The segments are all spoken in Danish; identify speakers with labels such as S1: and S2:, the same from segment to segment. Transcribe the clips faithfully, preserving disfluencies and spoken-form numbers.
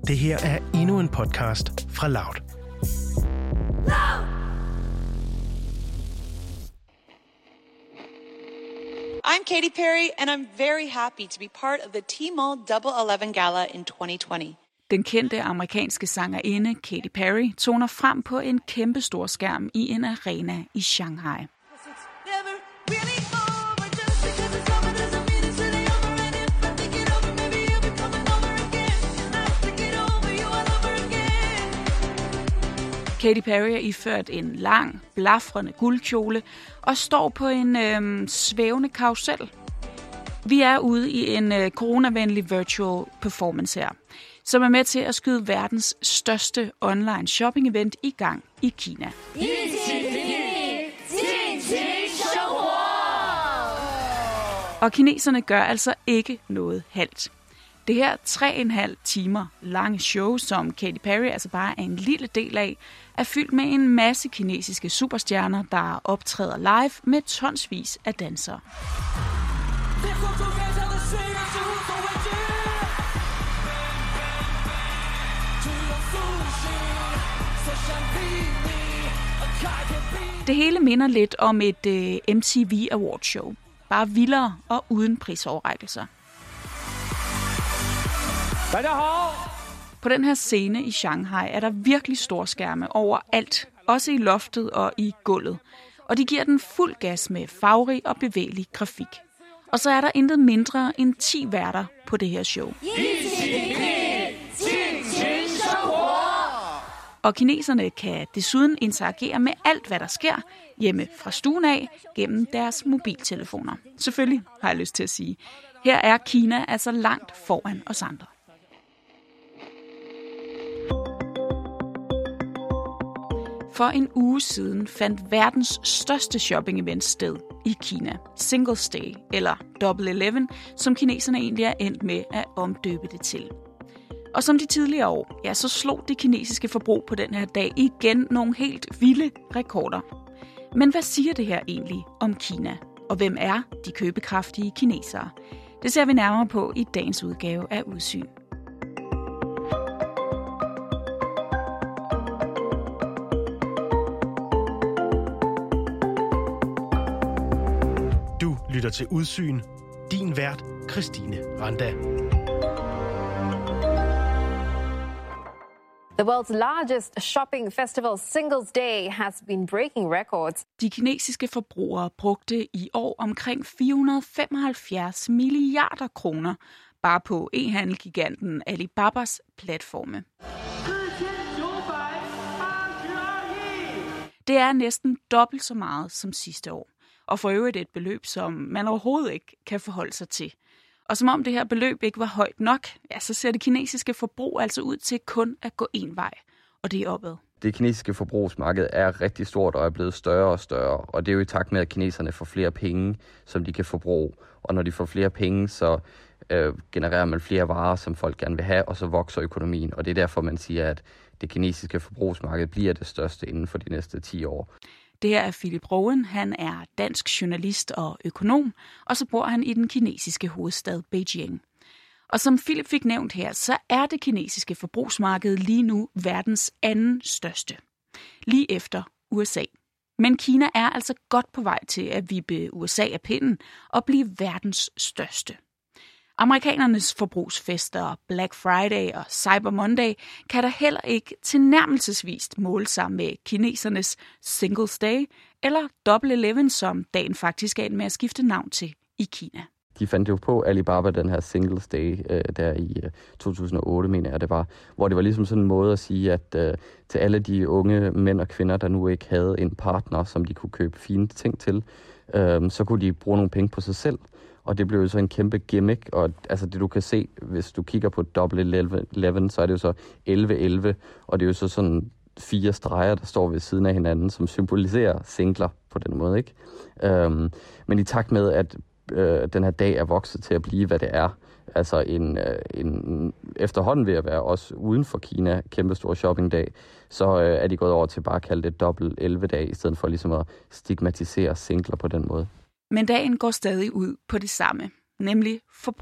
S1: Det her er endnu en podcast fra Loud.
S2: I'm Katy Perry, and I'm very happy to be part of the Tmall Double eleven Gala in twenty twenty.
S3: Den kendte amerikanske sangerinde Katy Perry toner frem på en kæmpestor skærm i en arena i Shanghai. Katy Perry er iført en lang, blafrende guldkjole og står på en øh, svævende karrusel. Vi er ude i en øh, coronavenlig virtual performance her, som er med til at skyde verdens største online shopping-event i gang i Kina. Og kineserne gør altså ikke noget halvt. Det her tre og en halv timer lange show, som Katy Perry altså bare er en lille del af, er fyldt med en masse kinesiske superstjerner, der optræder live med tonsvis af dansere. Det hele minder lidt om et uh, M T V Awards show, bare vildere og uden prisoverrækkelser. På den her scene i Shanghai er der virkelig store skærme overalt, også i loftet og i gulvet. Og de giver den fuld gas med farverig og bevægelig grafik. Og så er der intet mindre end ti værter på det her show. Og kineserne kan desuden interagere med alt, hvad der sker hjemme fra stuen af gennem deres mobiltelefoner. Selvfølgelig har jeg lyst til at sige. Her er Kina altså langt foran os andre. For en uge siden fandt verdens største shopping-event sted i Kina. Singles Day, eller Double eleven, som kineserne egentlig er endt med at omdøbe det til. Og som de tidligere år, ja, så slog det kinesiske forbrug på den her dag igen nogle helt vilde rekorder. Men hvad siger det her egentlig om Kina? Og hvem er de købekraftige kinesere? Det ser vi nærmere på i dagens udgave af Udsyn.
S1: Du lytter til Udsyn. Din vært, Christine Randa.
S4: The world's largest shopping festival, Singles Day, has been breaking records.
S3: De kinesiske forbrugere brugte i år omkring fire hundrede femoghalvfjerds milliarder kroner bare på e-handelgiganten Alibabas platforme. Det er næsten dobbelt så meget som sidste år, og for øvrigt et beløb, som man overhovedet ikke kan forholde sig til. Og som om det her beløb ikke var højt nok, ja, så ser det kinesiske forbrug altså ud til kun at gå en vej, og det er opad.
S5: Det kinesiske forbrugsmarked er rigtig stort og er blevet større og større, og det er jo i takt med, at kineserne får flere penge, som de kan forbruge. Og når de får flere penge, så øh, genererer man flere varer, som folk gerne vil have, og så vokser økonomien. Og det er derfor, man siger, at det kinesiske forbrugsmarked bliver det største inden for de næste ti år.
S3: Det her er Philip Rowan. Han er dansk journalist og økonom, og så bor han i den kinesiske hovedstad Beijing. Og som Philip fik nævnt her, så er det kinesiske forbrugsmarked lige nu verdens anden største. Lige efter U S A. Men Kina er altså godt på vej til at vippe U S A af pinden og blive verdens største. Amerikanernes forbrugsfester, Black Friday og Cyber Monday kan da heller ikke tilnærmelsesvist måle sig med kinesernes Singles Day eller Double eleven, som dagen faktisk er med at skifte navn til i Kina.
S5: De fandt jo på Alibaba den her Singles Day øh, der i øh, to tusind og otte, mener jeg det var, hvor det var ligesom sådan en måde at sige, at øh, til alle de unge mænd og kvinder, der nu ikke havde en partner, som de kunne købe fine ting til, øh, så kunne de bruge nogle penge på sig selv. Og det blev jo så en kæmpe gimmick, og altså det du kan se, hvis du kigger på Double eleven, så er det jo så elleve elleve, og det er jo så sådan fire streger, der står ved siden af hinanden, som symboliserer singler på den måde, ikke? Øhm, men i takt med, at øh, den her dag er vokset til at blive, hvad det er, altså en, øh, en efterhånden ved at være også uden for Kina, kæmpe stor shoppingdag, så øh, er de gået over til bare at kalde det Double elleve-dag, i stedet for ligesom at stigmatisere singler på den måde.
S3: Men dagen går stadig ud på det samme, nemlig forbrug.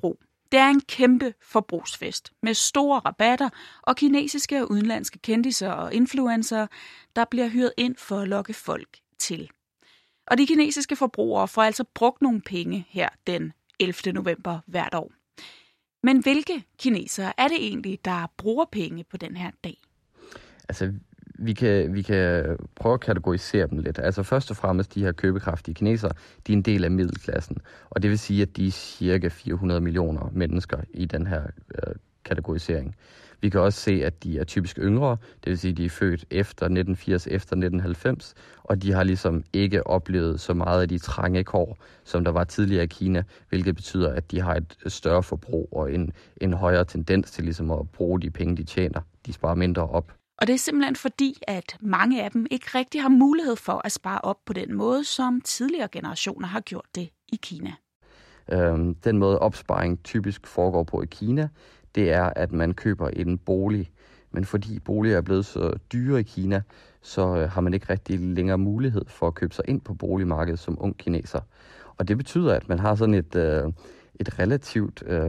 S3: Det er en kæmpe forbrugsfest med store rabatter og kinesiske og udenlandske kendisser og influencer, der bliver hyret ind for at lokke folk til. Og de kinesiske forbrugere får altså brugt nogle penge her den ellevte november hvert år. Men hvilke kinesere er det egentlig, der bruger penge på den her dag?
S5: Altså, vi kan, vi kan prøve at kategorisere dem lidt. Altså først og fremmest de her købekraftige kinesere, de er en del af middelklassen. Og det vil sige, at de er cirka fire hundrede millioner mennesker i den her øh, kategorisering. Vi kan også se, at de er typisk yngre, det vil sige, at de er født efter nitten firs, efter nitten halvfems, og de har ligesom ikke oplevet så meget af de trange kår, som der var tidligere i Kina, hvilket betyder, at de har et større forbrug og en, en højere tendens til ligesom at bruge de penge, de tjener. De sparer mindre op.
S3: Og det er simpelthen fordi, at mange af dem ikke rigtig har mulighed for at spare op på den måde, som tidligere generationer har gjort det i Kina.
S5: Øhm, den måde opsparing typisk foregår på i Kina, det er, at man køber en bolig. Men fordi boliger er blevet så dyre i Kina, så øh, har man ikke rigtig længere mulighed for at købe sig ind på boligmarkedet som ung kineser. Og det betyder, at man har sådan et, øh, et relativt øh,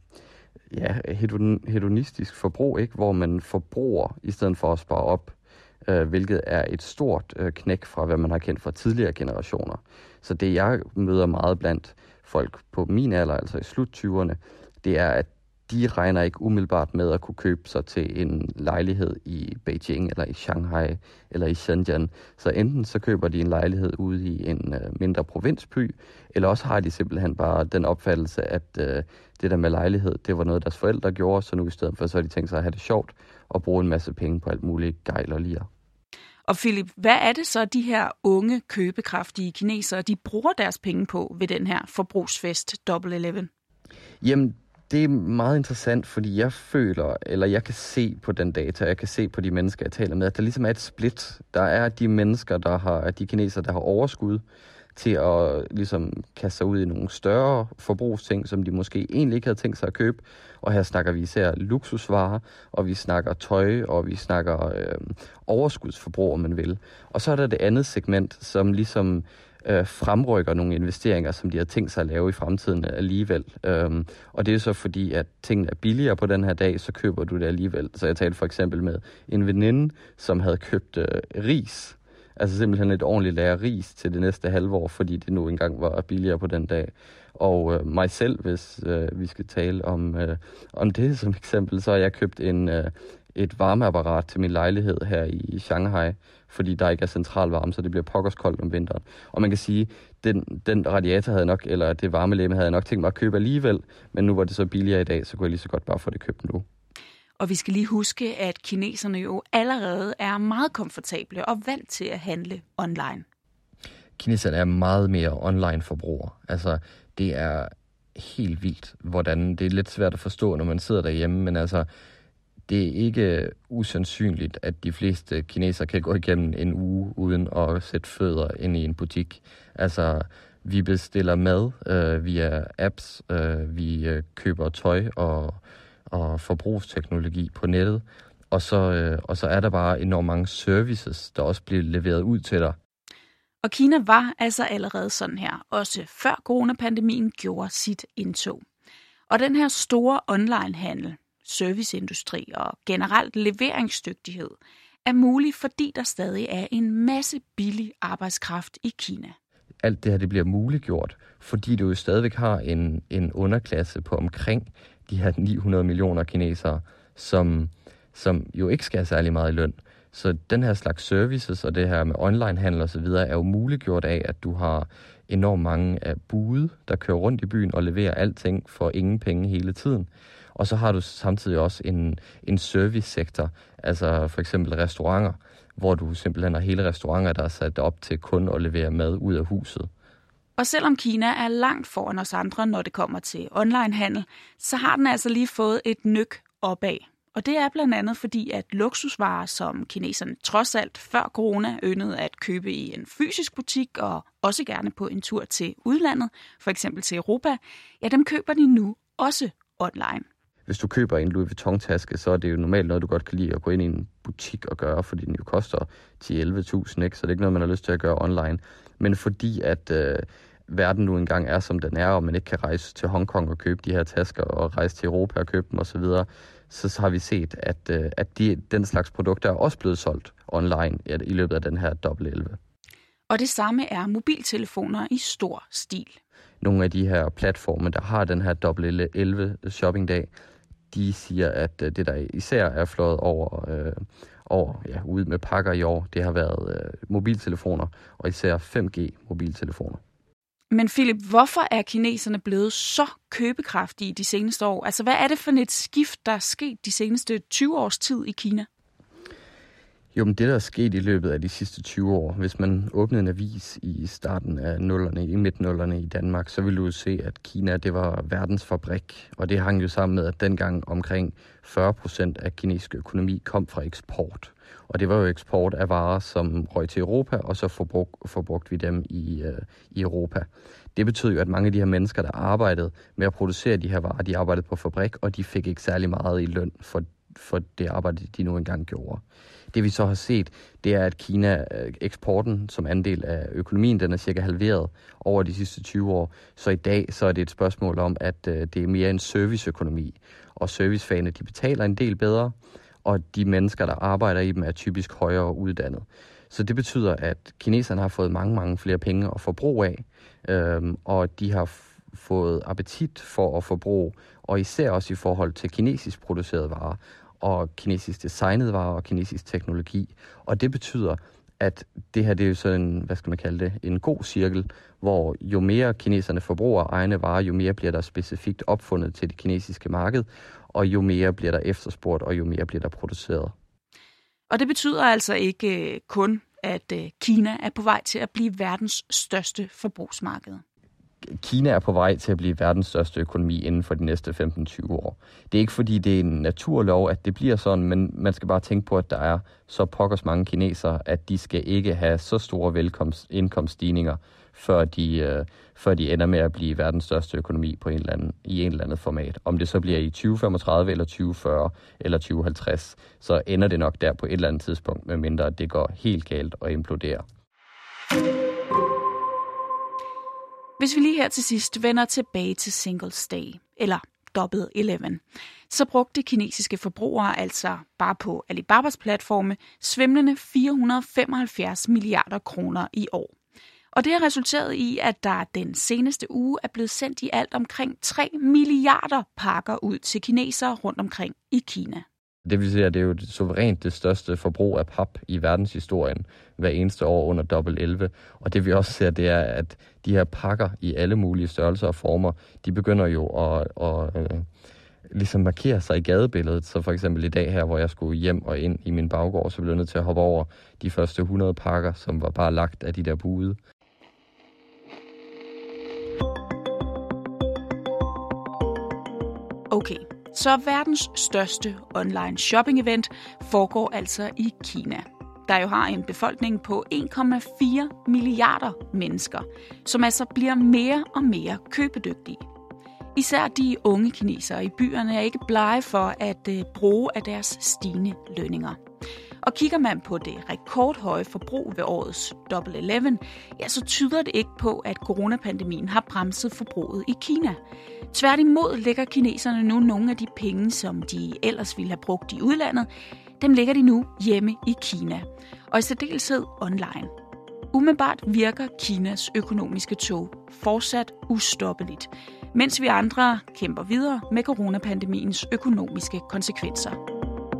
S5: ja, hedonistisk forbrug, ikke? Hvor man forbruger i stedet for at spare op, øh, hvilket er et stort øh, knæk fra, hvad man har kendt fra tidligere generationer. Så det, jeg møder meget blandt folk på min alder, altså i slut tyverne, det er, at de regner ikke umiddelbart med at kunne købe sig til en lejlighed i Beijing, eller i Shanghai, eller i Shenzhen. Så enten så køber de en lejlighed ude i en øh, mindre provinsby, eller også har de simpelthen bare den opfattelse, at øh, det der med lejlighed, det var noget, deres forældre gjorde, så nu i stedet for, så har de tænkt sig at have det sjovt og bruge en masse penge på alt muligt gejl og lir.
S3: Og Philip, hvad er det så, de her unge, købekraftige kinesere, de bruger deres penge på ved den her forbrugsfest Double Eleven?
S5: Jamen, det er meget interessant, fordi jeg føler, eller jeg kan se på den data, jeg kan se på de mennesker, jeg taler med, at der ligesom er et split. Der er de mennesker, der har, de kinesere, der har overskud til at ligesom kaste sig ud i nogle større forbrugsting, som de måske egentlig ikke havde tænkt sig at købe. Og her snakker vi især luksusvarer, og vi snakker tøj, og vi snakker øh, overskudsforbrug, om man vil. Og så er der det andet segment, som ligesom øh, fremrykker nogle investeringer, som de har tænkt sig at lave i fremtiden alligevel. Øhm, og det er så fordi, at tingene er billigere på den her dag, så køber du det alligevel. Så jeg talte for eksempel med en veninde, som havde købt øh, ris. Altså simpelthen et ordentligt lager ris til det næste halve år, fordi det nu engang var billigere på den dag. Og øh, mig selv, hvis øh, vi skal tale om, øh, om det som eksempel, så har jeg købt en, øh, et varmeapparat til min lejlighed her i Shanghai, fordi der ikke er central varme, så det bliver pokkers koldt om vinteren. Og man kan sige, den, den radiator havde nok, eller det varmelegeme havde jeg nok tænkt mig at købe alligevel, men nu var det så billigere i dag, så kunne jeg lige så godt bare få det købt nu.
S3: Og vi skal lige huske, at kineserne jo allerede er meget komfortable og vant til at handle online.
S5: Kineserne er meget mere online-forbrugere. Altså, det er helt vildt, hvordan det er lidt svært at forstå, når man sidder derhjemme, men altså, det er ikke usandsynligt, at de fleste kinesere kan gå igennem en uge uden at sætte fødder ind i en butik. Altså, vi bestiller mad øh, via apps, øh, vi øh, køber tøj og og forbrugsteknologi på nettet, og så, øh, og så er der bare enormt mange services, der også bliver leveret ud til dig.
S3: Og Kina var altså allerede sådan her, også før coronapandemien gjorde sit indtog. Og den her store onlinehandel, serviceindustri og generelt leveringsdygtighed er mulig, fordi der stadig er en masse billig arbejdskraft i Kina.
S5: Alt det her det bliver muliggjort, fordi du jo stadigvæk har en, en underklasse på omkring de her ni hundrede millioner kinesere, som, som jo ikke skal have særlig meget i løn. Så den her slags services og det her med onlinehandel og så videre er jo muliggjort af, at du har enormt mange af bude, der kører rundt i byen og leverer alting for ingen penge hele tiden. Og så har du samtidig også en, en servicesektor, altså for eksempel restauranter, hvor du simpelthen har hele restauranter, der er sat op til kun at levere mad ud af huset.
S3: Og selvom Kina er langt foran os andre, når det kommer til onlinehandel, så har den altså lige fået et nyk opad. Og det er blandt andet fordi, at luksusvarer, som kineserne trods alt før corona yndede at købe i en fysisk butik og også gerne på en tur til udlandet, for eksempel til Europa, ja, dem køber de nu også online.
S5: Hvis du køber en Louis Vuitton-taske, så er det jo normalt noget, du godt kan lide at gå ind i en butik og gøre, fordi den jo koster ti til elleve tusind, ikke? Så det er ikke noget, man har lyst til at gøre online. Men fordi at, øh, verden nu engang er, som den er, og man ikke kan rejse til Hongkong og købe de her tasker, og rejse til Europa og købe dem osv., så, så har vi set, at, at de, den slags produkter er også blevet solgt online i løbet af den her dobbelt elleve.
S3: Og det samme er mobiltelefoner i stor stil.
S5: Nogle af de her platforme, der har den her dobbelt elleve shoppingdag, de siger, at det, der især er flået over, øh, over ja, ud med pakker i år, det har været øh, mobiltelefoner, og især fem G mobiltelefoner.
S3: Men Philip, hvorfor er kineserne blevet så købekraftige de seneste år? Altså, hvad er det for et skift, der er sket de seneste tyve års tid i Kina?
S5: Jo, men det, der er sket i løbet af de sidste tyve år, hvis man åbnede en avis i starten af nullerne, i midt-nullerne i Danmark, så ville du se, at Kina, det var verdens fabrik. Og det hang jo sammen med, at dengang omkring fyrre procent af kinesisk økonomi kom fra eksport. Og det var jo eksport af varer, som røg til Europa, og så forbrug, forbrugte vi dem i, øh, i Europa. Det betød jo, at mange af de her mennesker, der arbejdede med at producere de her varer, de arbejdede på fabrik, og de fik ikke særlig meget i løn for, for det arbejde, de nu engang gjorde. Det vi så har set, det er, at Kina, eksporten som andel af økonomien, den er cirka halveret over de sidste tyve år. Så i dag så er det et spørgsmål om, at det er mere en serviceøkonomi. Og servicefagene, de betaler en del bedre, og de mennesker, der arbejder i dem, er typisk højere uddannet. Så det betyder, at kineserne har fået mange, mange flere penge at forbruge af, øhm, og de har f- fået appetit for at forbruge, og især også i forhold til kinesisk producerede varer, og kinesisk designede varer og kinesisk teknologi. Og det betyder, at det her det er jo sådan en, hvad skal man kalde det, en god cirkel, hvor jo mere kineserne forbruger egne varer, jo mere bliver der specifikt opfundet til det kinesiske marked, og jo mere bliver der efterspurgt, og jo mere bliver der produceret.
S3: Og det betyder altså ikke kun, at Kina er på vej til at blive verdens største forbrugsmarked.
S5: Kina er på vej til at blive verdens største økonomi inden for de næste femten til tyve år. Det er ikke fordi, det er en naturlov, at det bliver sådan, men man skal bare tænke på, at der er så pokkers mange kinesere, at de skal ikke have så store velkomst, indkomststigninger, før de, øh, før de ender med at blive verdens største økonomi på en eller anden, i en eller anden format. Om det så bliver i tyve femogtredive eller tyve fyrre eller tyve halvtreds, så ender det nok der på et eller andet tidspunkt, medmindre det går helt galt og imploderer.
S3: Hvis vi lige her til sidst vender tilbage til Singles Day, eller Double elleve, så brugte kinesiske forbrugere altså bare på Alibabas platforme svimlende fire hundrede femoghalvfjerds milliarder kroner i år. Og det har resulteret i, at der den seneste uge er blevet sendt i alt omkring tre milliarder pakker ud til kinesere rundt omkring i Kina.
S5: Det vil sige, at det er jo suverænt det største forbrug af pap i verdenshistorien hver eneste år under dobbelt elleve. Og det vi også ser, det er, at de her pakker i alle mulige størrelser og former, de begynder jo at, at, at ligesom markere sig i gadebilledet. Så for eksempel i dag her, hvor jeg skulle hjem og ind i min baggård, så blev jeg nødt til at hoppe over de første hundrede pakker, som var bare lagt af de der bude.
S3: Okay. Så verdens største online shopping-event foregår altså i Kina, der jo har en befolkning på en komma fire milliarder mennesker, som altså bliver mere og mere købedygtige. Især de unge kinesere i byerne er ikke blege for at bruge af deres stigende lønninger. Og kigger man på det rekordhøje forbrug ved årets Double elleve, ja, så tyder det ikke på, at coronapandemien har bremset forbruget i Kina. Tværtimod lægger kineserne nu nogle af de penge, som de ellers ville have brugt i udlandet, dem lægger de nu hjemme i Kina, og i særdeleshed online. Umiddelbart virker Kinas økonomiske tog fortsat ustoppeligt, mens vi andre kæmper videre med coronapandemiens økonomiske konsekvenser.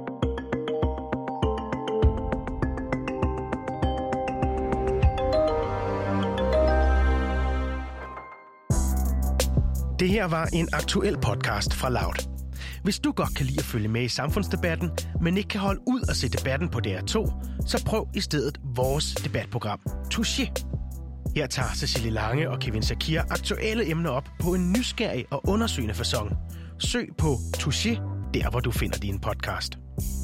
S1: Det her var en aktuel podcast fra Loud. Hvis du godt kan lide at følge med i samfundsdebatten, men ikke kan holde ud og se debatten på D R to, så prøv i stedet vores debatprogram Touché. Her tager Cecilie Lange og Kevin Sakir aktuelle emner op på en nysgerrig og undersøgende facon. Søg på Touché, der hvor du finder din podcast.